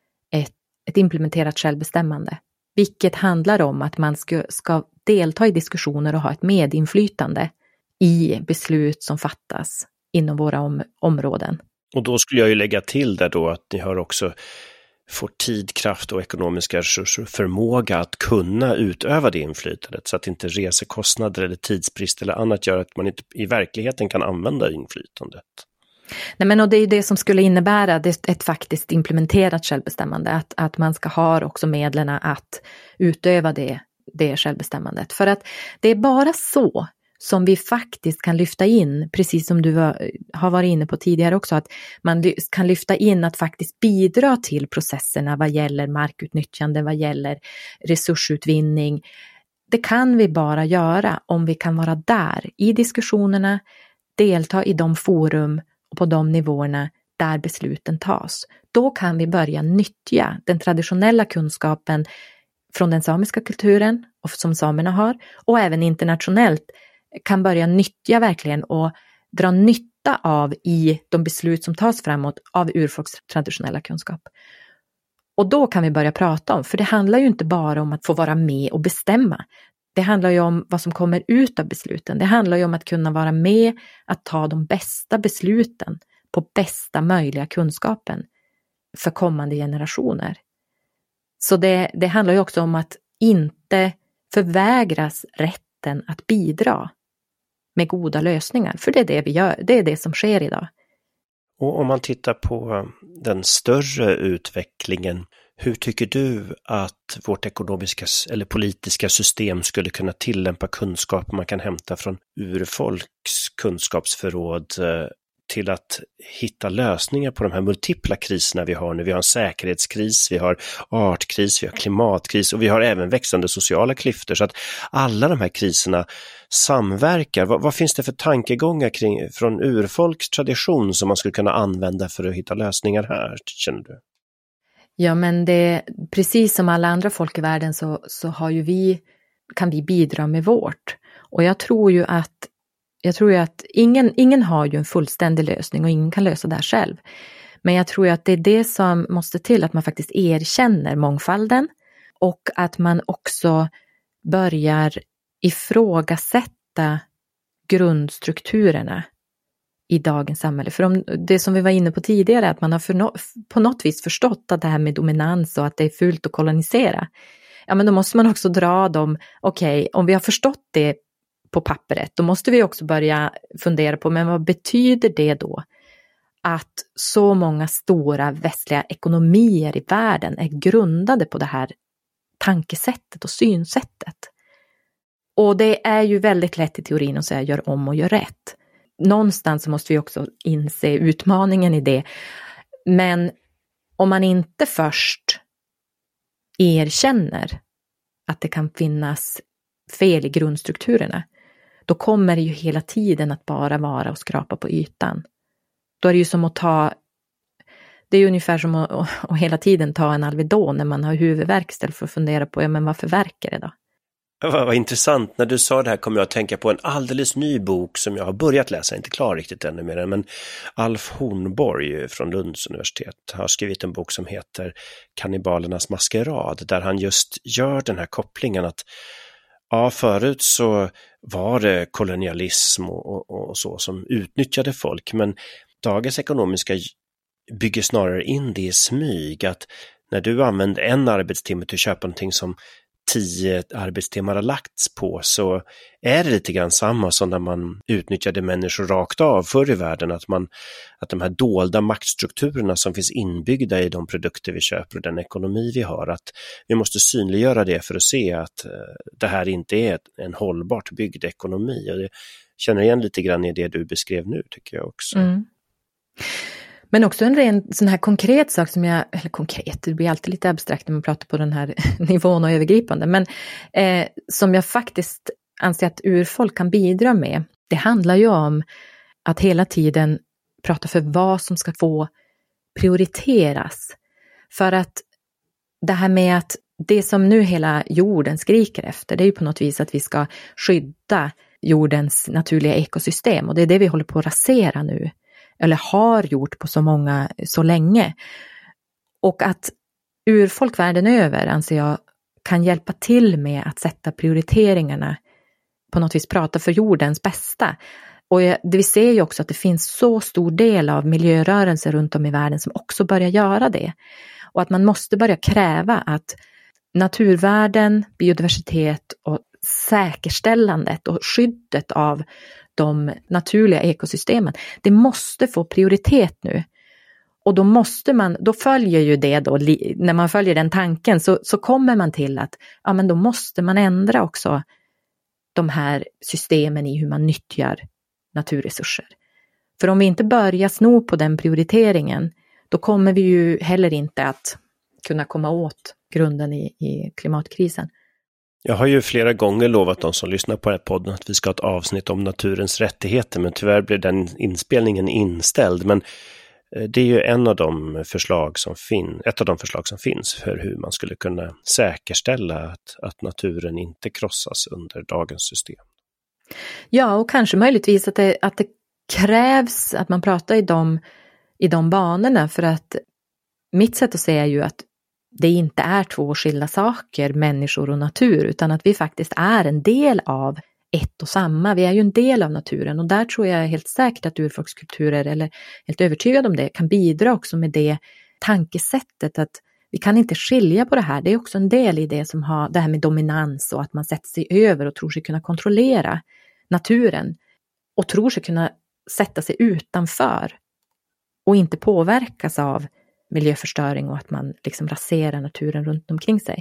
ett implementerat självbestämmande. Vilket handlar om att man ska delta i diskussioner och ha ett medinflytande i beslut som fattas inom våra områden. Och då skulle jag ju lägga till där då att ni har också får tid, kraft och ekonomiska resurser och förmåga att kunna utöva det inflytandet, så att inte resekostnader eller tidsbrist eller annat gör att man inte i verkligheten kan använda inflytandet. Nej, men och det är det som skulle innebära ett faktiskt implementerat självbestämmande, att man ska ha också medlen att utöva det självbestämmandet. För att det är bara så som vi faktiskt kan lyfta in, precis som du har varit inne på tidigare också, att man kan lyfta in att faktiskt bidra till processerna vad gäller markutnyttjande, vad gäller resursutvinning. Det kan vi bara göra om vi kan vara där i diskussionerna, delta i de forum och på de nivåerna där besluten tas. Då kan vi börja nyttja den traditionella kunskapen från den samiska kulturen och som samerna har, och även internationellt kan börja nyttja verkligen och dra nytta av i de beslut som tas framåt av urfolks traditionella kunskap. Och då kan vi börja prata om, för det handlar ju inte bara om att få vara med och bestämma. Det handlar ju om vad som kommer ut av besluten. Det handlar ju om att kunna vara med, att ta de bästa besluten på bästa möjliga kunskapen för kommande generationer. Så det handlar ju också om att inte förvägras rätten att bidra med goda lösningar. För det är det vi gör, det är det som sker idag. Och om man tittar på den större utvecklingen, hur tycker du att vårt ekonomiska eller politiska system skulle kunna tillämpa kunskap man kan hämta från urfolks kunskapsförråd till att hitta lösningar på de här multipla kriserna vi har nu? Vi har en säkerhetskris, vi har artkris, vi har klimatkris och vi har även växande sociala klyftor, så att alla de här kriserna samverkar. Vad finns det för tankegångar från urfolks tradition som man skulle kunna använda för att hitta lösningar här, känner du? Ja, men det, precis som alla andra folk i världen så har ju kan vi bidra med vårt. Och jag tror ju att ingen har ju en fullständig lösning och ingen kan lösa det här själv. Men jag tror ju att det är det som måste till, att man faktiskt erkänner mångfalden och att man också börjar ifrågasätta grundstrukturerna i dagens samhälle. För det som vi var inne på tidigare, att man har på något vis förstått att det här med dominans och att det är fult att kolonisera. Ja, men då måste man också dra dem, okej, om vi har förstått det på pappret, då måste vi också börja fundera på, men vad betyder det då? Att så många stora västliga ekonomier i världen är grundade på det här tankesättet och synsättet. Och det är ju väldigt lätt i teorin att säga gör om och gör rätt. Någonstans så måste vi också inse utmaningen i det. Men om man inte först erkänner att det kan finnas fel i grundstrukturerna, då kommer det ju hela tiden att bara vara och skrapa på ytan. Då är det ju som det är ju ungefär som att hela tiden ta en Alvedon när man har huvudvärk, istället för att fundera på, ja, men varför värker det då? Vad intressant, när du sa det här kommer jag att tänka på en alldeles ny bok som jag har börjat läsa, inte klar riktigt ännu med den, men Alf Hornborg från Lunds universitet har skrivit en bok som heter Kannibalernas maskerad, där han just gör den här kopplingen att förut så var det kolonialism och så som utnyttjade folk, men dagens ekonomiska bygger snarare in det i smyg, att när du använder en arbetstimme till att köpa någonting som 10 arbetstimmar har lagts på, så är det lite grann samma som när man utnyttjade människor rakt av förr i världen, att de här dolda maktstrukturerna som finns inbyggda i de produkter vi köper och den ekonomi vi har, att vi måste synliggöra det för att se att det här inte är en hållbart byggd ekonomi. Och det känner igen lite grann i det du beskrev nu, tycker jag också. Mm. Men också en ren sån här konkret sak det blir alltid lite abstrakt när man pratar på den här nivån och övergripande, men som jag faktiskt anser att urfolk kan bidra med, det handlar ju om att hela tiden prata för vad som ska få prioriteras. För att det här med att det som nu hela jorden skriker efter, det är ju på något vis att vi ska skydda jordens naturliga ekosystem, och det är det vi håller på att rasera nu. Eller har gjort på så länge. Och att urfolk världen över, anser jag, kan hjälpa till med att sätta prioriteringarna, på något vis prata för jordens bästa. Och vi ser ju också att det finns så stor del av miljörörelser runt om i världen som också börjar göra det. Och att man måste börja kräva att naturvärden, biodiversitet och säkerställandet och skyddet av de naturliga ekosystemen, det måste få prioritet nu. Och då följer ju det då, när man följer den tanken så kommer man till att ja, men då måste man ändra också de här systemen i hur man nyttjar naturresurser. För om vi inte börjar sno på den prioriteringen, då kommer vi ju heller inte att kunna komma åt grunden i klimatkrisen. Jag har ju flera gånger lovat de som lyssnar på den här podden att vi ska ha ett avsnitt om naturens rättigheter, men tyvärr blev den inspelningen inställd. Men det är ju ett av de förslag som finns för hur man skulle kunna säkerställa att naturen inte krossas under dagens system. Ja, och kanske möjligtvis att det krävs att man pratar i de banorna, för att mitt sätt att säga är ju att det inte är två skilda saker, människor och natur, utan att vi faktiskt är en del av ett och samma. Vi är ju en del av naturen, och där tror jag helt säkert att urfolkskulturer, eller helt övertygad om det, kan bidra också med det tankesättet att vi kan inte skilja på det här. Det är också en del i det som har det här med dominans och att man sätter sig över och tror sig kunna kontrollera naturen och tror sig kunna sätta sig utanför och inte påverkas av miljöförstöring och att man liksom raserar naturen runt omkring sig.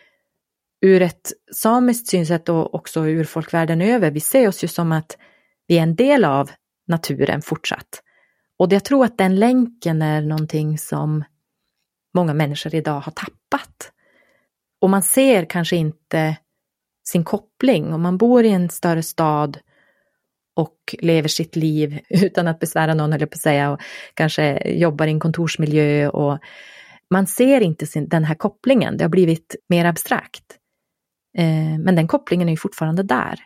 Ur ett samiskt synsätt och också ur folkvärlden över, vi ser oss ju som att vi är en del av naturen fortsatt. Och jag tror att den länken är någonting som många människor idag har tappat. Och man ser kanske inte sin koppling. Om man bor i en större stad och lever sitt liv utan att besvära någon, eller på att säga, och kanske jobbar i en kontorsmiljö och Man ser inte den här kopplingen, det har blivit mer abstrakt. Men den kopplingen är ju fortfarande där.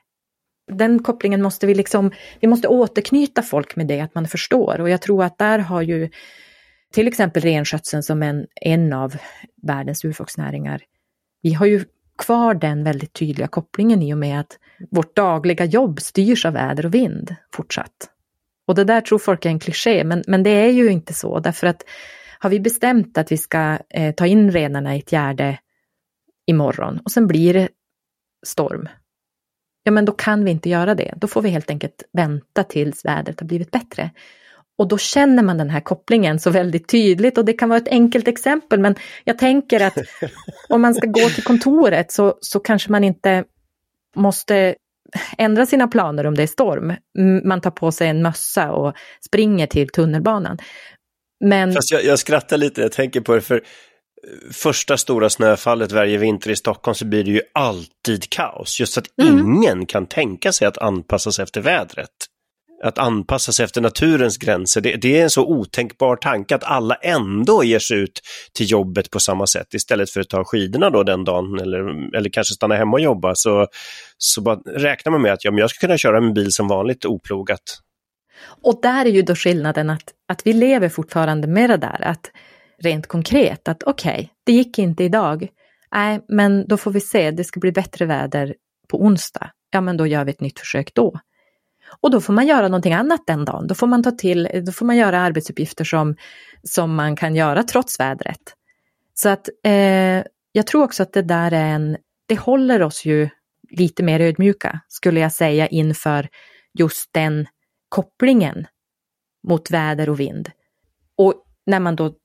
Den kopplingen måste vi måste återknyta folk med det, att man förstår. Och jag tror att där har ju till exempel renskötseln som en av världens urfolksnäringar. Vi har ju kvar den väldigt tydliga kopplingen i och med att vårt dagliga jobb styrs av väder och vind fortsatt. Och det där tror folk är en kliché, men det är ju inte så. Därför att har vi bestämt att vi ska ta in renarna i ett gärde imorgon och sen blir det storm. Ja, men då kan vi inte göra det. Då får vi helt enkelt vänta tills vädret har blivit bättre. Och då känner man den här kopplingen så väldigt tydligt. Och det kan vara ett enkelt exempel, men jag tänker att om man ska gå till kontoret så kanske man inte måste ändra sina planer om det är storm. Man tar på sig en mössa och springer till tunnelbanan. Men... Fast jag skrattar lite, jag tänker på det, för första stora snöfallet varje vinter i Stockholm så blir det ju alltid kaos. Just så att ingen kan tänka sig att anpassa sig efter vädret. Att anpassa sig efter naturens gränser. Det är en så otänkbar tanke att alla ändå ger sig ut till jobbet på samma sätt. Istället för att ta skidorna då den dagen eller kanske stanna hemma och jobba. Så bara räknar man med att jag ska kunna köra min bil som vanligt oplogat. Och där är ju då skillnaden att vi lever fortfarande med det där. Att rent konkret att okej, det gick inte idag. Nej, men då får vi se, det ska bli bättre väder på onsdag. Ja, men då gör vi ett nytt försök då. Och då får man göra någonting annat den dagen. Då får man göra arbetsuppgifter som man kan göra trots vädret. Så att jag tror också att det där det håller oss ju lite mer ödmjuka, skulle jag säga, inför just den kopplingen mot väder och vind. Och när man då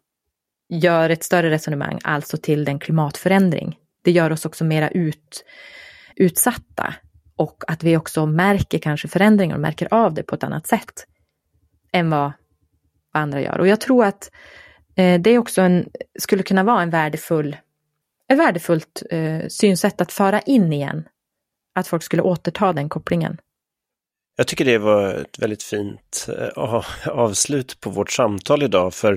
gör ett större resonemang, alltså till den klimatförändring, det gör oss också mera utsatta. Och att vi också märker kanske förändringar och märker av det på ett annat sätt än vad andra gör. Och jag tror att det också skulle kunna vara ett värdefullt synsätt att föra in igen. Att folk skulle återta den kopplingen. Jag tycker det var ett väldigt fint avslut på vårt samtal idag, för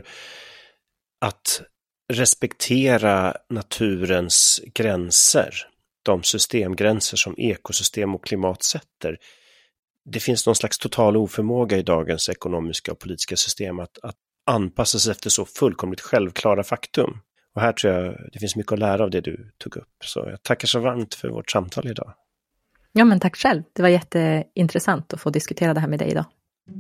att respektera naturens gränser. De systemgränser som ekosystem och klimat sätter. Det finns någon slags total oförmåga i dagens ekonomiska och politiska system att anpassa sig efter så fullkomligt självklara faktum. Och här tror jag det finns mycket att lära av det du tog upp. Så jag tackar så varmt för vårt samtal idag. Ja, men tack själv. Det var jätteintressant att få diskutera det här med dig idag.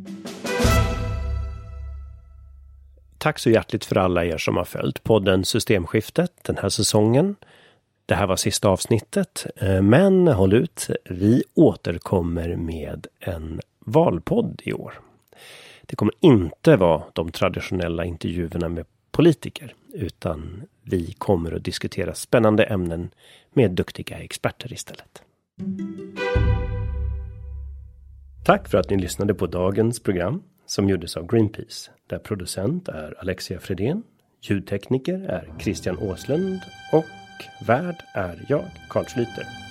Tack så hjärtligt för alla er som har följt podden Systemskiftet den här säsongen. Det här var sista avsnittet, men håll ut, vi återkommer med en valpodd i år. Det kommer inte vara de traditionella intervjuerna med politiker, utan vi kommer att diskutera spännande ämnen med duktiga experter istället. Tack för att ni lyssnade på dagens program som gjordes av Greenpeace, där producent är Alexia Fredén, ljudtekniker är Christian Åslund och värd är jag, Carl Schlyter.